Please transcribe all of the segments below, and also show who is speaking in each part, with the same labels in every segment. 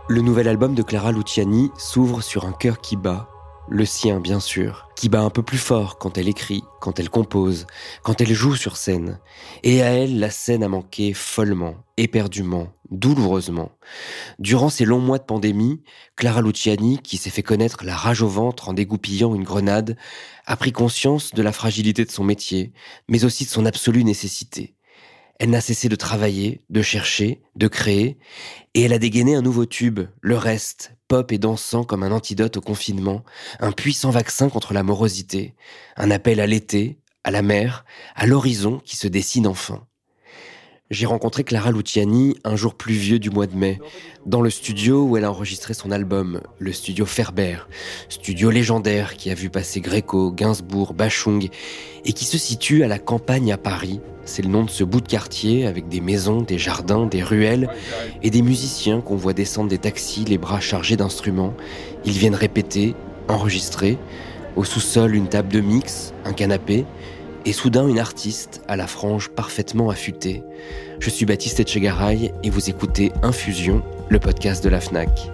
Speaker 1: Le nouvel album de Clara Luciani s'ouvre sur un cœur qui bat, le sien bien sûr, qui bat un peu plus fort quand elle écrit, quand elle compose, quand elle joue sur scène. Et à elle, la scène a manqué follement, éperdument, douloureusement. Durant ces longs mois de pandémie, Clara Luciani, qui s'est fait connaître la rage au ventre en dégoupillant une grenade, a pris conscience de la fragilité de son métier, mais aussi de son absolue nécessité. Elle n'a cessé de travailler, de chercher, de créer, et elle a dégainé un nouveau tube, Le Reste, pop et dansant comme un antidote au confinement, un puissant vaccin contre la morosité, un appel à l'été, à la mer, à l'horizon qui se dessine enfin. J'ai rencontré Clara Luciani un jour pluvieux du mois de mai, dans le studio où elle a enregistré son album, le studio Ferber, studio légendaire qui a vu passer Gréco, Gainsbourg, Bachung, et qui se situe à la campagne à Paris. C'est le nom de ce bout de quartier avec des maisons, des jardins, des ruelles et des musiciens qu'on voit descendre des taxis, les bras chargés d'instruments. Ils viennent répéter, enregistrer. Au sous-sol, une table de mix, un canapé, et soudain une artiste à la frange parfaitement affûtée. Je suis Baptiste Etchegaray et vous écoutez Infusion, le podcast de la Fnac.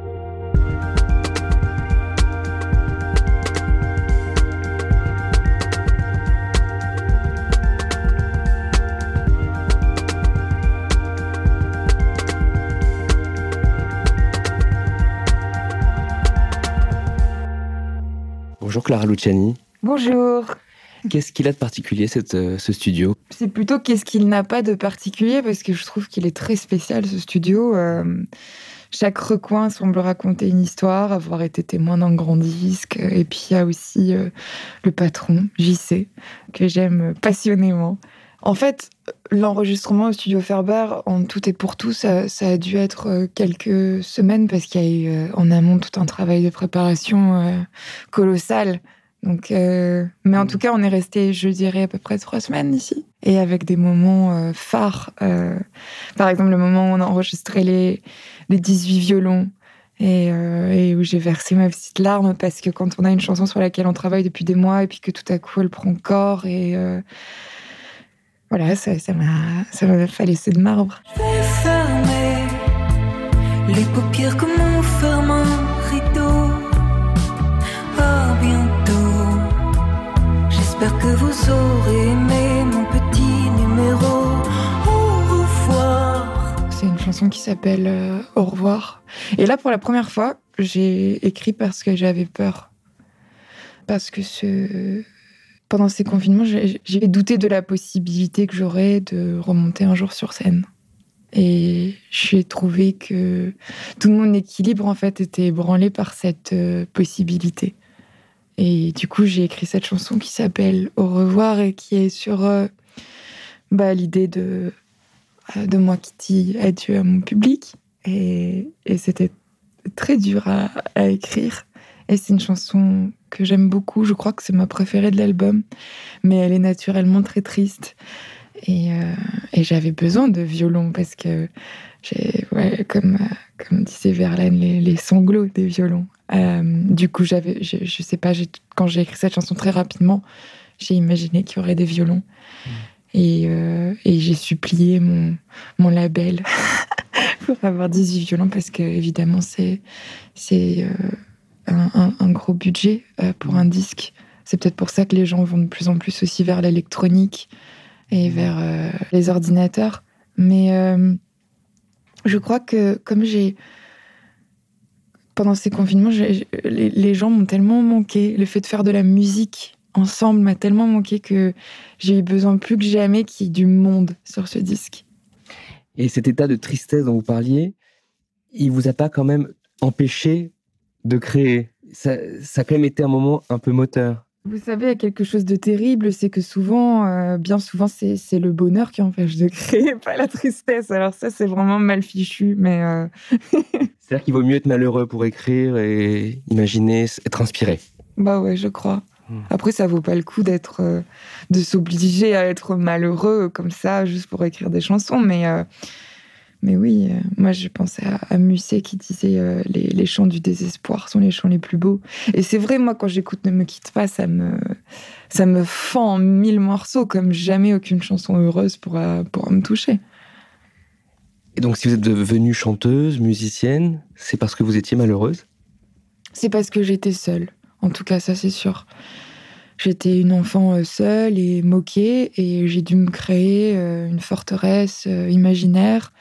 Speaker 1: Bonjour Clara Luciani.
Speaker 2: Bonjour.
Speaker 1: Qu'est-ce qu'il a de particulier ce studio ?
Speaker 2: C'est plutôt qu'est-ce qu'il n'a pas de particulier, parce que je trouve qu'il est très spécial ce studio. Chaque recoin semble raconter une histoire, avoir été témoin d'un grand disque. Et puis il y a aussi le patron, JC, que j'aime passionnément. En fait, l'enregistrement au studio Ferber, en tout et pour tout, ça a dû être quelques semaines, parce qu'il y a eu en amont tout un travail de préparation colossal. Donc, mais en tout cas, on est resté, je dirais, à peu près 3 semaines ici. Et avec des moments phares. Par exemple, le moment où on a enregistré les 18 violons et où j'ai versé ma petite larme, parce que quand on a une chanson sur laquelle on travaille depuis des mois et puis que tout à coup elle prend corps et voilà, ça m'a fait laisser de marbre.
Speaker 3: Je vais fermer les paupières comme on ferme un rideau. À bientôt. J'espère que vous aurez aimé mon petit numéro. Au revoir.
Speaker 2: C'est une chanson qui s'appelle Au revoir. Et là, pour la première fois, j'ai écrit parce que j'avais peur. Parce que pendant ces confinements, j'ai douté de la possibilité que j'aurais de remonter un jour sur scène. Et j'ai trouvé que tout mon équilibre, en fait, était ébranlé par cette possibilité. Et du coup, j'ai écrit cette chanson qui s'appelle Au revoir et qui est sur l'idée de moi qui dis adieu à mon public. Et c'était très dur à écrire. Et c'est une chanson que j'aime beaucoup. Je crois que c'est ma préférée de l'album. Mais elle est naturellement très triste. Et j'avais besoin de violon parce que comme disait Verlaine, les sanglots des violons. Du coup, je sais pas, quand j'ai écrit cette chanson très rapidement, j'ai imaginé qu'il y aurait des violons. Et j'ai supplié mon label pour avoir 18 violons, parce que évidemment c'est un gros budget pour un disque. C'est peut-être pour ça que les gens vont de plus en plus aussi vers l'électronique et vers les ordinateurs. Mais je crois que comme pendant ces confinements, les gens m'ont tellement manqué. Le fait de faire de la musique ensemble m'a tellement manqué que j'ai eu besoin plus que jamais qu'il y ait du monde sur ce disque.
Speaker 1: Et cet état de tristesse dont vous parliez, il vous a pas quand même empêché de créer ? Ça a quand même été un moment un peu moteur.
Speaker 2: Vous savez, il y a quelque chose de terrible, c'est que souvent, bien souvent, c'est le bonheur qui empêche de créer, pas la tristesse. Alors ça, c'est vraiment mal fichu, mais...
Speaker 1: C'est-à-dire qu'il vaut mieux être malheureux pour écrire et imaginer, être inspiré.
Speaker 2: Bah ouais, je crois. Après, ça vaut pas le coup de s'obliger à être malheureux comme ça, juste pour écrire des chansons, mais oui, moi je pensais à Musset qui disait les chants du désespoir sont les chants les plus beaux. Et c'est vrai, moi quand j'écoute Ne me quitte pas, ça me fend en 1000 morceaux, comme jamais aucune chanson heureuse pourra me toucher.
Speaker 1: Et donc si vous êtes devenue chanteuse, musicienne, c'est parce que vous étiez malheureuse ?
Speaker 2: C'est parce que j'étais seule. En tout cas, ça c'est sûr. J'étais une enfant seule et moquée, et j'ai dû me créer une forteresse imaginaire.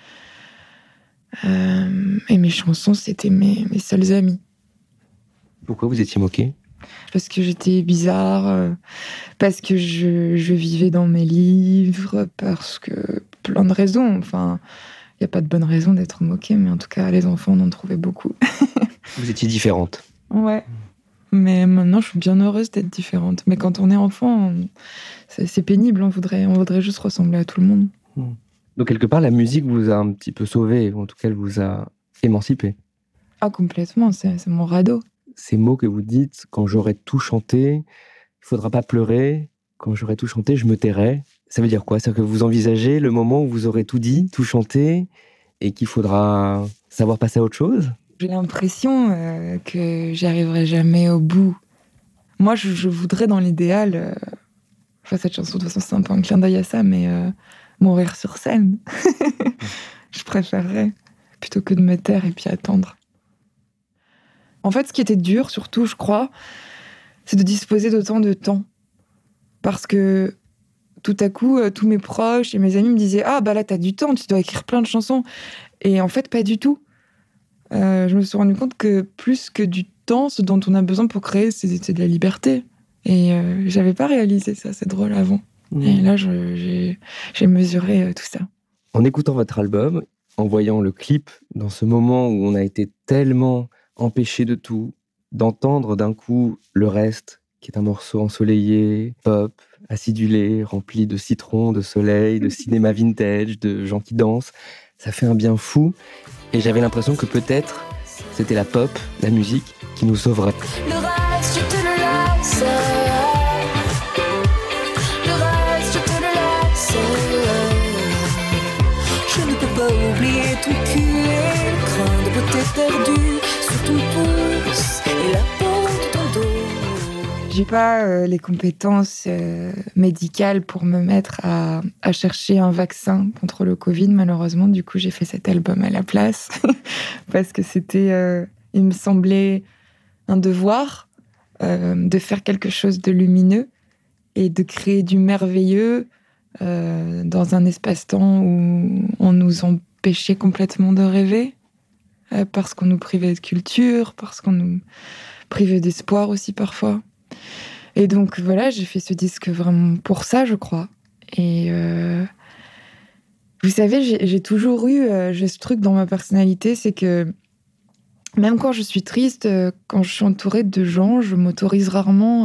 Speaker 2: Et mes chansons, c'était mes seuls amis.
Speaker 1: Pourquoi vous étiez moquée ?
Speaker 2: Parce que j'étais bizarre, parce que je vivais dans mes livres, parce que plein de raisons. Enfin, il n'y a pas de bonne raison d'être moquée, mais en tout cas, les enfants en ont trouvé beaucoup.
Speaker 1: Vous étiez différente.
Speaker 2: Ouais. Mais maintenant, je suis bien heureuse d'être différente. Mais quand on est enfant, c'est pénible. On voudrait juste ressembler à tout le monde.
Speaker 1: Donc, quelque part, la musique vous a un petit peu sauvé, ou en tout cas, elle vous a émancipé.
Speaker 2: Ah, complètement. C'est mon radeau.
Speaker 1: Ces mots que vous dites, quand j'aurai tout chanté, il faudra pas pleurer. Quand j'aurai tout chanté, je me tairai. Ça veut dire quoi ? C'est-à-dire que vous envisagez le moment où vous aurez tout dit, tout chanté, et qu'il faudra savoir passer à autre chose ?
Speaker 2: J'ai l'impression que j'y arriverai jamais au bout. Moi, je voudrais, dans l'idéal... Enfin, cette chanson, de toute façon, c'est un peu un clin d'œil à ça, mais mourir sur scène. Je préférerais, plutôt que de me taire et puis attendre. En fait, ce qui était dur, surtout, je crois, c'est de disposer d'autant de temps. Parce que tout à coup, tous mes proches et mes amis me disaient « Ah, bah là, t'as du temps, tu dois écrire plein de chansons. » Et en fait, pas du tout. Je me suis rendu compte que plus que du temps, ce dont on a besoin pour créer, c'est de la liberté. Et j'avais pas réalisé ça, c'est drôle, avant. Et là, j'ai mesuré tout ça.
Speaker 1: En écoutant votre album, en voyant le clip, dans ce moment où on a été tellement empêché de tout, d'entendre d'un coup Le Reste, qui est un morceau ensoleillé, pop, acidulé, rempli de citron, de soleil, de cinéma vintage, de gens qui dansent, ça fait un bien fou. Et j'avais l'impression que peut-être c'était la pop, la musique, qui nous sauverait.
Speaker 3: Le reste, je te le laisse. Le reste, je te le laisse. Je ne peux pas oublier ton cul et le grain de beauté perdu sur ton pouce et la peau de ton dos.
Speaker 2: J'ai pas les compétences médicales pour me mettre à chercher un vaccin contre le Covid, malheureusement. Du coup, j'ai fait cet album à la place. Parce que c'était, il me semblait un devoir de faire quelque chose de lumineux et de créer du merveilleux dans un espace-temps où on nous empêchait complètement de rêver, parce qu'on nous privait de culture, parce qu'on nous privait d'espoir aussi parfois. Et donc voilà, j'ai fait ce disque vraiment pour ça, je crois. Et vous savez, j'ai toujours eu j'ai ce truc dans ma personnalité, c'est que même quand je suis triste, quand je suis entourée de gens, je m'autorise rarement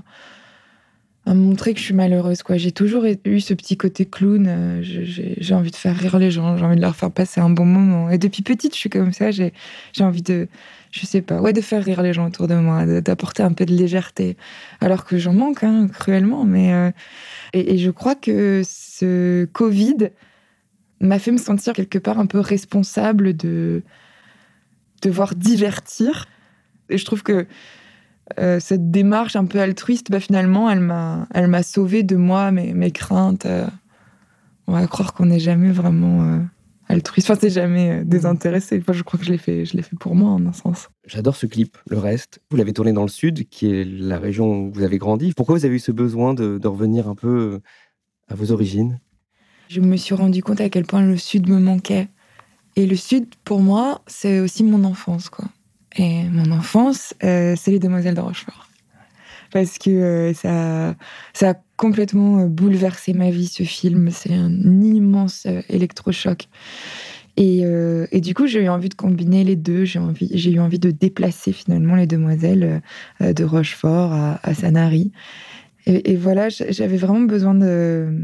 Speaker 2: à montrer que je suis malheureuse, quoi. J'ai toujours eu ce petit côté clown. J'ai envie de faire rire les gens, j'ai envie de leur faire passer un bon moment. Et depuis petite, je suis comme ça. J'ai envie de, je sais pas, de faire rire les gens autour de moi, d'apporter un peu de légèreté. Alors que j'en manque, cruellement. Mais et je crois que ce Covid m'a fait me sentir quelque part un peu responsable de devoir divertir. Et je trouve que cette démarche un peu altruiste, finalement, elle m'a sauvée de moi, mes craintes. On va croire qu'on n'est jamais vraiment altruiste. Enfin, c'est jamais désintéressé. Enfin, je crois que je l'ai fait pour moi, en un sens.
Speaker 1: J'adore ce clip, Le Reste. Vous l'avez tourné dans le Sud, qui est la région où vous avez grandi. Pourquoi vous avez eu ce besoin de revenir un peu à vos origines ?
Speaker 2: Je me suis rendu compte à quel point le Sud me manquait. Et le Sud, pour moi, c'est aussi mon enfance, quoi. Et mon enfance, c'est Les Demoiselles de Rochefort. Parce que ça a complètement bouleversé ma vie, ce film. C'est un immense électrochoc. Et du coup, j'ai eu envie de combiner les deux. J'ai eu envie de déplacer finalement Les Demoiselles de Rochefort à Sanary. Et voilà, j'avais vraiment besoin de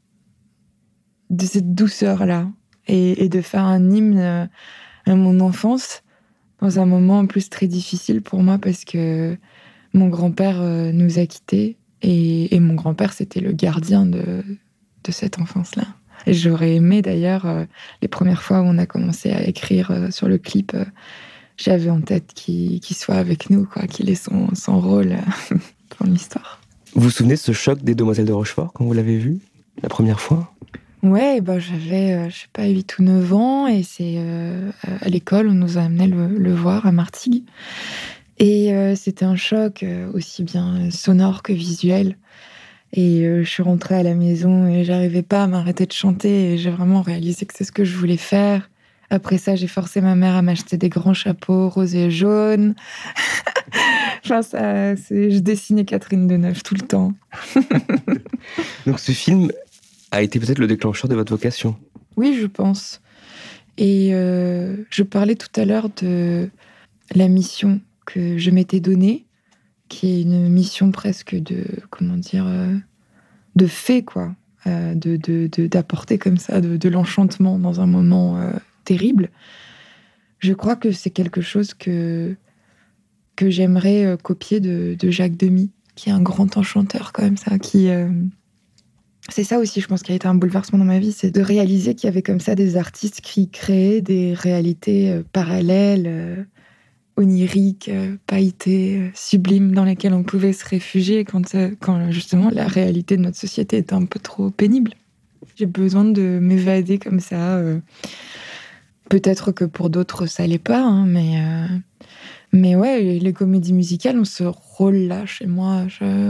Speaker 2: cette douceur-là. Et de faire un hymne à mon enfance dans un moment en plus très difficile pour moi, parce que mon grand-père nous a quittés, et mon grand-père, c'était le gardien de cette enfance-là. Et j'aurais aimé d'ailleurs, les premières fois où on a commencé à écrire sur le clip, j'avais en tête qu'il soit avec nous, quoi, qu'il ait son rôle dans l'histoire.
Speaker 1: Vous vous souvenez de ce choc des Demoiselles de Rochefort quand vous l'avez vu la première fois ?
Speaker 2: Ouais, bah, j'avais, je sais pas, 8 ou 9 ans et c'est à l'école, on nous a amené le voir à Martigues. Et c'était un choc aussi bien sonore que visuel. Et je suis rentrée à la maison et j'arrivais pas à m'arrêter de chanter et j'ai vraiment réalisé que c'est ce que je voulais faire. Après ça, j'ai forcé ma mère à m'acheter des grands chapeaux roses et jaunes. Enfin, je dessinais Catherine Deneuve tout le temps.
Speaker 1: Donc ce film a été peut-être le déclencheur de votre vocation.
Speaker 2: Oui, je pense. Et je parlais tout à l'heure de la mission que je m'étais donnée, qui est une mission presque de, comment dire, de fée, quoi. D'apporter comme ça de l'enchantement dans un moment terrible. Je crois que c'est quelque chose que j'aimerais copier de Jacques Demy, qui est un grand enchanteur comme ça, qui... C'est ça aussi, je pense, qui a été un bouleversement dans ma vie, c'est de réaliser qu'il y avait comme ça des artistes qui créaient des réalités parallèles, oniriques, pailletées, sublimes, dans lesquelles on pouvait se réfugier quand justement la réalité de notre société était un peu trop pénible. J'ai besoin de m'évader comme ça. Peut-être que pour d'autres, ça l'est pas, hein, mais ouais, les comédies musicales ont ce rôle-là chez moi.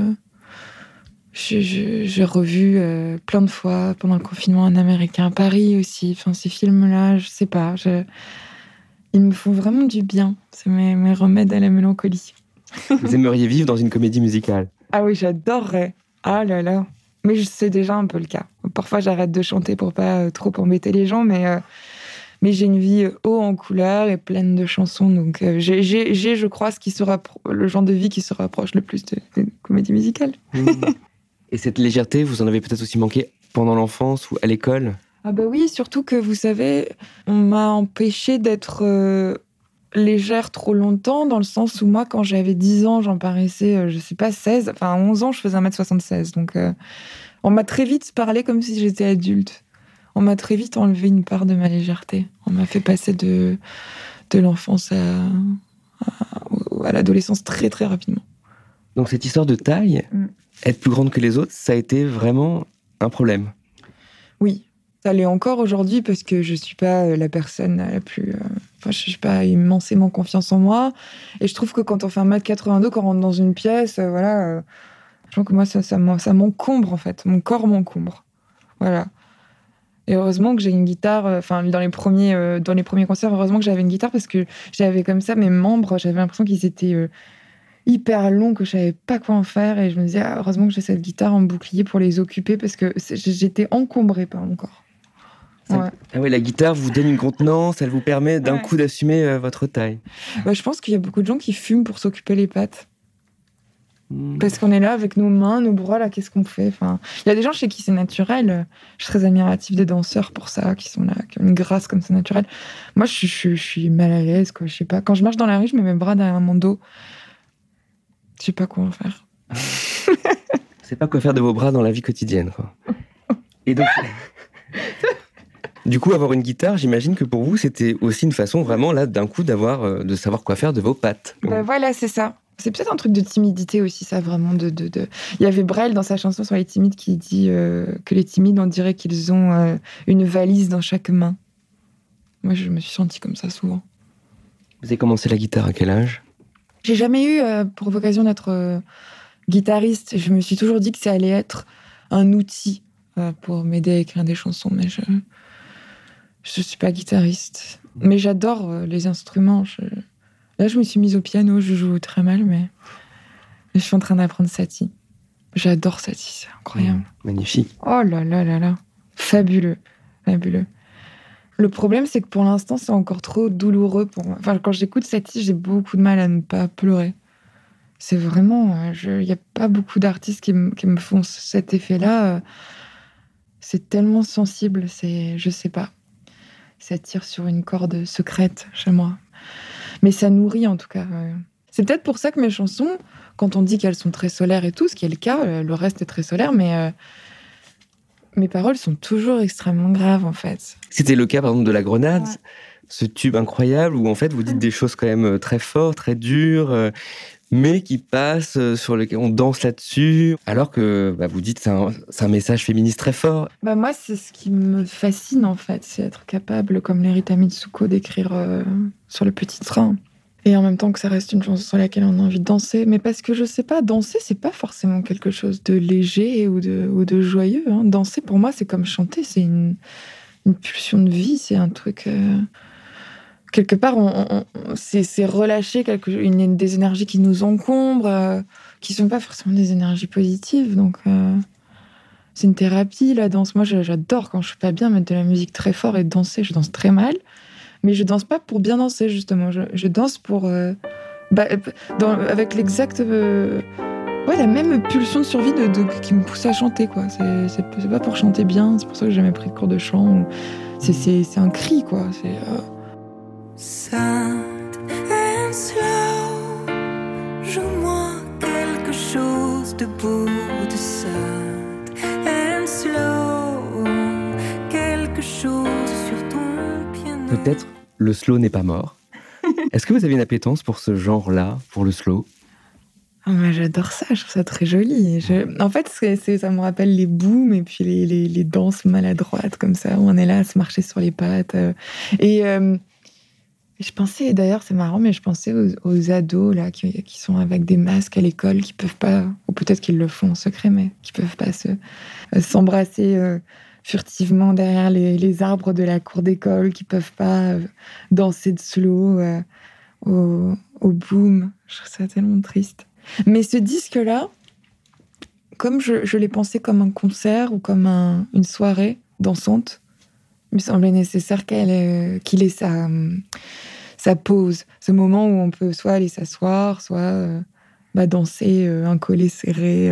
Speaker 2: J'ai revu plein de fois pendant le confinement Un Américain à Paris aussi. Enfin, ces films-là, je sais pas, ils me font vraiment du bien. C'est mes remèdes à la mélancolie.
Speaker 1: Vous aimeriez vivre dans une comédie musicale?
Speaker 2: Ah oui, j'adorerais. Ah là là. Mais c'est déjà un peu le cas. Parfois, j'arrête de chanter pour pas trop embêter les gens, mais j'ai une vie haut en couleurs et pleine de chansons. Donc, j'ai, je crois, le genre de vie qui se rapproche le plus de comédie musicale.
Speaker 1: Et cette légèreté, vous en avez peut-être aussi manqué pendant l'enfance ou à l'école?
Speaker 2: Ah bah oui, surtout que, vous savez, on m'a empêchée d'être légère trop longtemps, dans le sens où moi, quand j'avais 10 ans, j'en paraissais, je sais pas, 16. Enfin, à 11 ans, je faisais 1m76. Donc, on m'a très vite parlé comme si j'étais adulte. On m'a très vite enlevé une part de ma légèreté. On m'a fait passer de l'enfance à l'adolescence très, très rapidement.
Speaker 1: Donc cette histoire de taille, être plus grande que les autres, ça a été vraiment un problème?
Speaker 2: Oui, ça l'est encore aujourd'hui parce que je suis pas la personne la plus... je suis pas immensément confiance en moi. Et je trouve que quand on fait 1m82, quand on rentre dans une pièce, je trouve que moi, ça m'encombre, en fait. Mon corps m'encombre. Voilà. Et heureusement que j'ai une guitare. Dans les premiers concerts, heureusement que j'avais une guitare parce que j'avais comme ça mes membres, j'avais l'impression qu'ils étaient hyper longs, que je savais pas quoi en faire. Et je me disais, heureusement que j'ai cette guitare en bouclier pour les occuper parce que j'étais encombrée par mon corps. Ouais.
Speaker 1: Ah ouais, la guitare vous donne une contenance, elle vous permet d'un coup d'assumer votre taille.
Speaker 2: Je pense qu'il y a beaucoup de gens qui fument pour s'occuper les pattes. Parce qu'on est là avec nos mains, nos bras, là, qu'est-ce qu'on fait? Enfin, il y a des gens chez qui c'est naturel. Je suis très admirative des danseurs pour ça, qui sont là, qui ont une grâce comme ça naturelle. Moi, je suis mal à l'aise, quoi. Je sais pas. Quand je marche dans la rue, je mets mes bras derrière mon dos. Je sais pas quoi en faire.
Speaker 1: C'est pas quoi faire de vos bras dans la vie quotidienne, quoi. Et donc... Du coup, avoir une guitare, j'imagine que pour vous, c'était aussi une façon vraiment, là, d'un coup, de savoir quoi faire de vos pattes.
Speaker 2: Voilà, c'est ça. C'est peut-être un truc de timidité aussi, ça, vraiment. Il y avait Brel dans sa chanson sur les timides qui dit que les timides, on dirait qu'ils ont une valise dans chaque main. Moi, je me suis sentie comme ça souvent.
Speaker 1: Vous avez commencé la guitare à quel âge?
Speaker 2: J'ai jamais eu pour vocation d'être guitariste. Je me suis toujours dit que ça allait être un outil pour m'aider à écrire des chansons, mais je suis pas guitariste. Mais j'adore les instruments. Là, je me suis mise au piano, je joue très mal, mais je suis en train d'apprendre Satie. J'adore Satie, c'est incroyable.
Speaker 1: Magnifique.
Speaker 2: Oh là là là là. Fabuleux. Fabuleux. Le problème, c'est que pour l'instant, c'est encore trop douloureux pour moi. Enfin, quand j'écoute Satie, j'ai beaucoup de mal à ne pas pleurer. C'est vraiment... Il n'y a pas beaucoup d'artistes qui me font cet effet-là. C'est tellement sensible, je sais pas. Ça tire sur une corde secrète chez moi. Mais ça nourrit, en tout cas. C'est peut-être pour ça que mes chansons, quand on dit qu'elles sont très solaires et tout, ce qui est le cas, le reste est très solaire, mais mes paroles sont toujours extrêmement graves, en fait.
Speaker 1: C'était le cas, par exemple, de La Grenade, ce tube incroyable où, en fait, vous dites des choses quand même très fortes, très dures, mais qui passe, sur lequel on danse là-dessus, alors que vous dites c'est un message féministe très fort.
Speaker 2: Moi, c'est ce qui me fascine, en fait, c'est être capable, comme les Rita Mitsuko, d'écrire sur le petit train. Et en même temps que ça reste une chanson sur laquelle on a envie de danser. Mais parce que je sais pas, danser, c'est pas forcément quelque chose de léger ou de joyeux. Hein. Danser, pour moi, c'est comme chanter, c'est une pulsion de vie, c'est un truc... Quelque part, c'est relâcher des énergies qui nous encombrent, qui sont pas forcément des énergies positives. Donc, c'est une thérapie, la danse. Moi, j'adore quand je suis pas bien mettre de la musique très fort et danser. Je danse très mal. Mais je danse pas pour bien danser, justement. Je danse pour... avec l'exacte... la même pulsion de survie qui me pousse à chanter, quoi. C'est pas pour chanter bien, c'est pour ça que j'ai jamais pris de cours de chant. C'est un cri, quoi.
Speaker 3: Sad and slow, joue-moi quelque chose de beau, de sad and slow, quelque chose sur ton piano.
Speaker 1: Peut-être le slow n'est pas mort. Est-ce que vous avez une appétence pour ce genre-là, pour le slow ?
Speaker 2: J'adore ça, je trouve ça très joli. En fait, ça me rappelle les booms et puis les danses maladroites comme ça, où on est là à se marcher sur les pattes. Et je pensais, d'ailleurs, c'est marrant, mais je pensais aux ados là, qui sont avec des masques à l'école, qui peuvent pas, ou peut-être qu'ils le font en secret, mais qui peuvent pas s'embrasser furtivement derrière les arbres de la cour d'école, qui peuvent pas danser de slow au boom. Je trouve ça tellement triste. Mais ce disque-là, comme je l'ai pensé comme un concert ou comme une soirée dansante, il me semblait nécessaire qu'il ait sa pause, ce moment où on peut soit aller s'asseoir, soit danser un collet serré,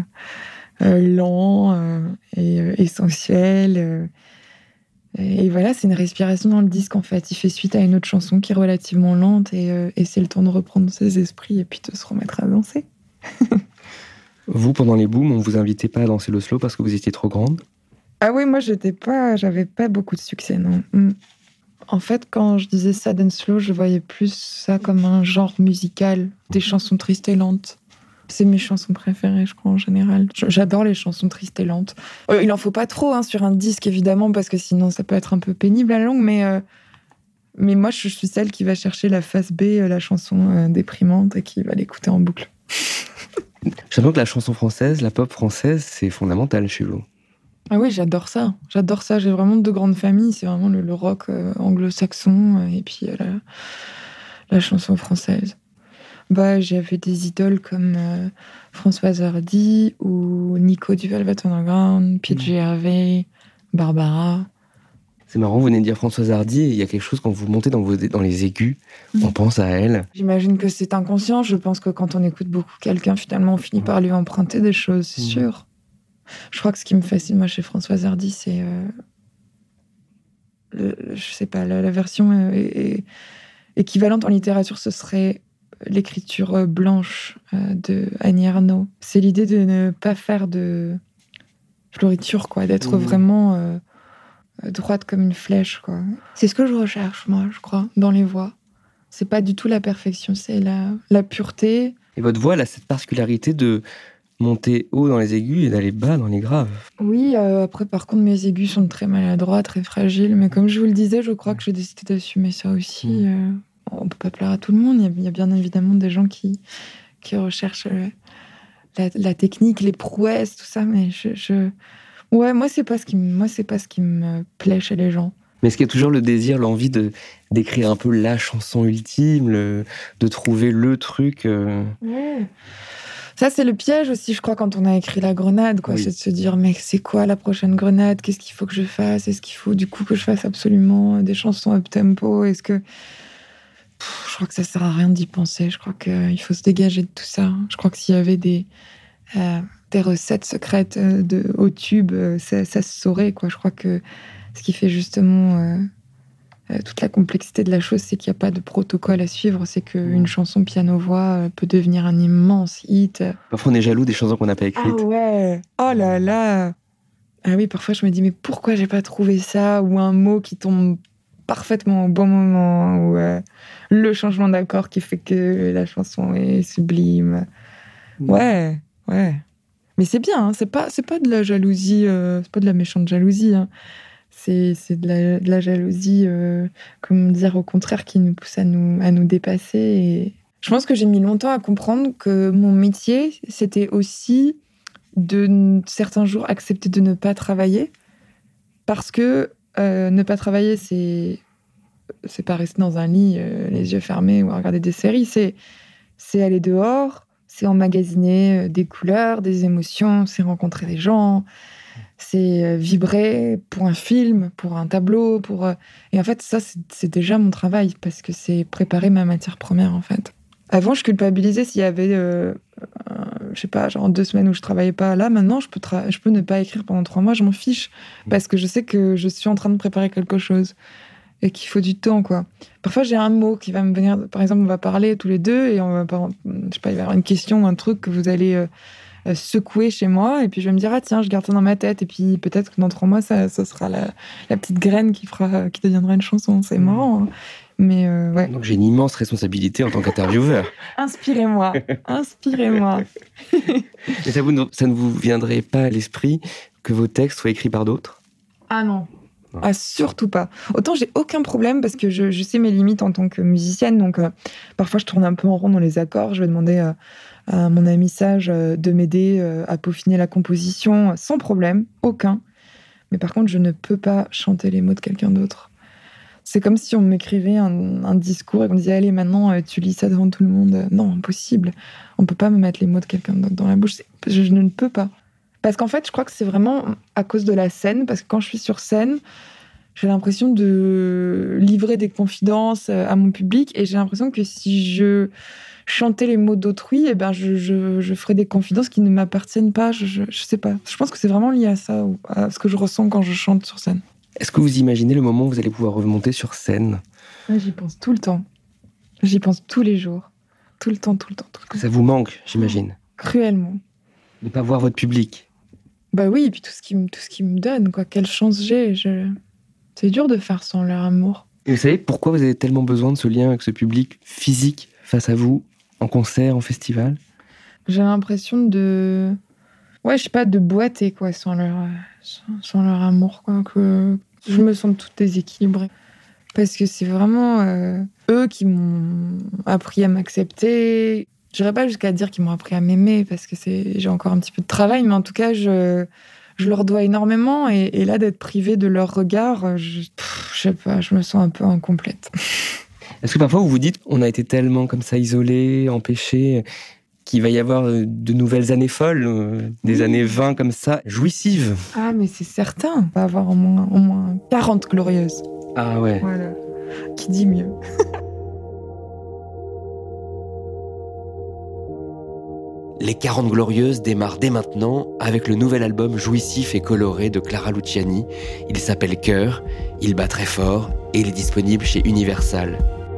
Speaker 2: lent et sensuel. Et voilà, c'est une respiration dans le disque, en fait. Il fait suite à une autre chanson qui est relativement lente et c'est le temps de reprendre ses esprits et puis de se remettre à danser.
Speaker 1: Vous, pendant les booms, on vous invitait pas à danser le slow parce que vous étiez trop grande ?
Speaker 2: Ah oui, moi, j'avais pas beaucoup de succès, non. En fait, quand je disais sad and slow, je voyais plus ça comme un genre musical, des chansons tristes et lentes. C'est mes chansons préférées, je crois, en général. J'adore les chansons tristes et lentes. Il en faut pas trop sur un disque, évidemment, parce que sinon, ça peut être un peu pénible à la longue, mais moi, je suis celle qui va chercher la face B, la chanson déprimante, et qui va l'écouter en boucle.
Speaker 1: J'avoue que la chanson française, la pop française, c'est fondamental chez vous.
Speaker 2: Ah oui, j'adore ça. J'adore ça. J'ai vraiment 2 grandes familles. C'est vraiment le rock anglo-saxon et puis la chanson française. J'avais des idoles comme Françoise Hardy ou Nico du Velvet Underground, PJ Harvey, Barbara.
Speaker 1: C'est marrant, vous venez de dire Françoise Hardy, et il y a quelque chose quand vous montez dans les aigus, on pense à elle.
Speaker 2: J'imagine que c'est inconscient. Je pense que quand on écoute beaucoup quelqu'un, finalement, on finit par lui emprunter des choses, c'est sûr. Je crois que ce qui me fascine, moi, chez Françoise Hardy, c'est... je sais pas, la version équivalente en littérature, ce serait l'écriture blanche de Annie Ernaux. C'est l'idée de ne pas faire de floriture, quoi, d'être vraiment droite comme une flèche, quoi. C'est ce que je recherche, moi, je crois, dans les voix. C'est pas du tout la perfection, c'est la pureté.
Speaker 1: Et votre voix, elle a cette particularité de monter haut dans les aigus et d'aller bas dans les graves.
Speaker 2: Oui, après, par contre, mes aigus sont très maladroits, très fragiles. Mais comme je vous le disais, je crois que j'ai décidé d'assumer ça aussi. On peut pas plaire à tout le monde. Il y a bien évidemment des gens qui recherchent la technique, les prouesses, tout ça. Mais ouais, moi, c'est pas ce qui me plaît chez les gens.
Speaker 1: Mais est-ce qu'il y a toujours le désir, l'envie d'écrire un peu la chanson ultime, de trouver le truc
Speaker 2: Ouais. Ça, c'est le piège aussi, je crois, quand on a écrit La Grenade, quoi. Oui. C'est de se dire, mais c'est quoi la prochaine grenade ? Qu'est-ce qu'il faut que je fasse ? Est-ce qu'il faut, du coup, que je fasse absolument des chansons up-tempo ? Est-ce que... je crois que ça sert à rien d'y penser. Je crois qu'il faut se dégager de tout ça. Je crois que s'il y avait des recettes secrètes au tube, ça se saurait, quoi. Je crois que ce qui fait justement... toute la complexité de la chose, c'est qu'il n'y a pas de protocole à suivre. C'est qu'une chanson piano-voix peut devenir un immense hit.
Speaker 1: Parfois, on est jaloux des chansons qu'on n'a pas écrites.
Speaker 2: Ah ouais. Oh là là. Ah oui, parfois, je me dis, mais pourquoi j'ai pas trouvé ça ? Ou un mot qui tombe parfaitement au bon moment, ou le changement d'accord qui fait que la chanson est sublime. Ouais. Mais c'est bien, hein, c'est pas de la jalousie, c'est pas de la méchante jalousie, hein. C'est de la jalousie, comment dire, au contraire, qui nous pousse à nous dépasser. Et je pense que j'ai mis longtemps à comprendre que mon métier, c'était aussi de certains jours accepter de ne pas travailler. Parce que ne pas travailler, c'est pas rester dans un lit, les yeux fermés, ou à regarder des séries. C'est aller dehors, c'est emmagasiner des couleurs, des émotions, c'est rencontrer des gens, c'est vibrer pour un film, pour un tableau, et en fait, ça, c'est déjà mon travail, parce que c'est préparer ma matière première, en fait. Avant, je culpabilisais s'il y avait, je sais pas, genre 2 semaines où je travaillais pas. Là, maintenant, je peux ne pas écrire pendant 3 mois, je m'en fiche, parce que je sais que je suis en train de préparer quelque chose, et qu'il faut du temps, quoi. Parfois, j'ai un mot qui va me venir, par exemple, on va parler tous les deux, et on va, je sais pas, il va y avoir une question, un truc que vous allez secouer chez moi, et puis je vais me dire, ah tiens, je garde ça dans ma tête, et puis peut-être que dans 3 mois, ça sera la petite graine qui deviendra une chanson. C'est marrant, hein. Mais ouais.
Speaker 1: Donc j'ai une immense responsabilité en tant qu'intervieweur.
Speaker 2: Inspirez-moi.
Speaker 1: Et ça ne vous viendrait pas à l'esprit que vos textes soient écrits par d'autres ?
Speaker 2: Ah non. Ah, surtout pas. Autant j'ai aucun problème, parce que je sais mes limites en tant que musicienne, donc parfois je tourne un peu en rond dans les accords. Je vais demander à mon ami Sage de m'aider à peaufiner la composition sans problème, aucun. Mais par contre, je ne peux pas chanter les mots de quelqu'un d'autre. C'est comme si on m'écrivait un discours et qu'on me disait « Allez, maintenant, tu lis ça devant tout le monde ». Non, impossible. On ne peut pas me mettre les mots de quelqu'un d'autre dans la bouche. Je ne peux pas. Parce qu'en fait, je crois que c'est vraiment à cause de la scène. Parce que quand je suis sur scène, j'ai l'impression de livrer des confidences à mon public. Et j'ai l'impression que si je chantais les mots d'autrui, eh ben je ferais des confidences qui ne m'appartiennent pas. Je sais pas. Je pense que c'est vraiment lié à ça, à ce que je ressens quand je chante sur scène.
Speaker 1: Est-ce que vous imaginez le moment où vous allez pouvoir remonter sur scène ?
Speaker 2: J'y pense tout le temps. J'y pense tous les jours. Tout le temps.
Speaker 1: Ça vous manque, j'imagine.
Speaker 2: Cruellement.
Speaker 1: De ne pas voir votre public.
Speaker 2: Bah oui, et puis tout ce qui me donne, quoi. Quelle chance j'ai. C'est dur de faire sans leur amour.
Speaker 1: Et vous savez pourquoi vous avez tellement besoin de ce lien avec ce public physique face à vous, en concert, en festival ?
Speaker 2: J'ai l'impression de boiter, quoi, sans leur amour, quoi. Que je me sens toute déséquilibrée. Parce que c'est vraiment eux qui m'ont appris à m'accepter. Je n'irais pas jusqu'à dire qu'ils m'ont appris à m'aimer, parce que j'ai encore un petit peu de travail, mais en tout cas, je leur dois énormément. Et là, d'être privée de leur regard, je sais pas, je me sens un peu incomplète.
Speaker 1: Est-ce que parfois vous vous dites, on a été tellement comme ça isolés, empêchés, qu'il va y avoir de nouvelles années folles, des années 20 comme ça, jouissives ?
Speaker 2: Ah, mais c'est certain. On va avoir au moins 40 glorieuses.
Speaker 1: Ah ouais.
Speaker 2: Voilà. Qui dit mieux ?
Speaker 1: Les 40 Glorieuses démarrent dès maintenant avec le nouvel album jouissif et coloré de Clara Luciani. Il s'appelle Cœur, il bat très fort et il est disponible chez Universal.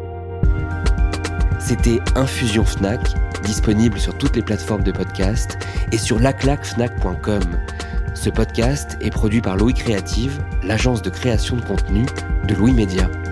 Speaker 1: C'était Infusion Fnac, disponible sur toutes les plateformes de podcast et sur laclacfnac.com. Ce podcast est produit par Louis Créative, l'agence de création de contenu de Louis Média.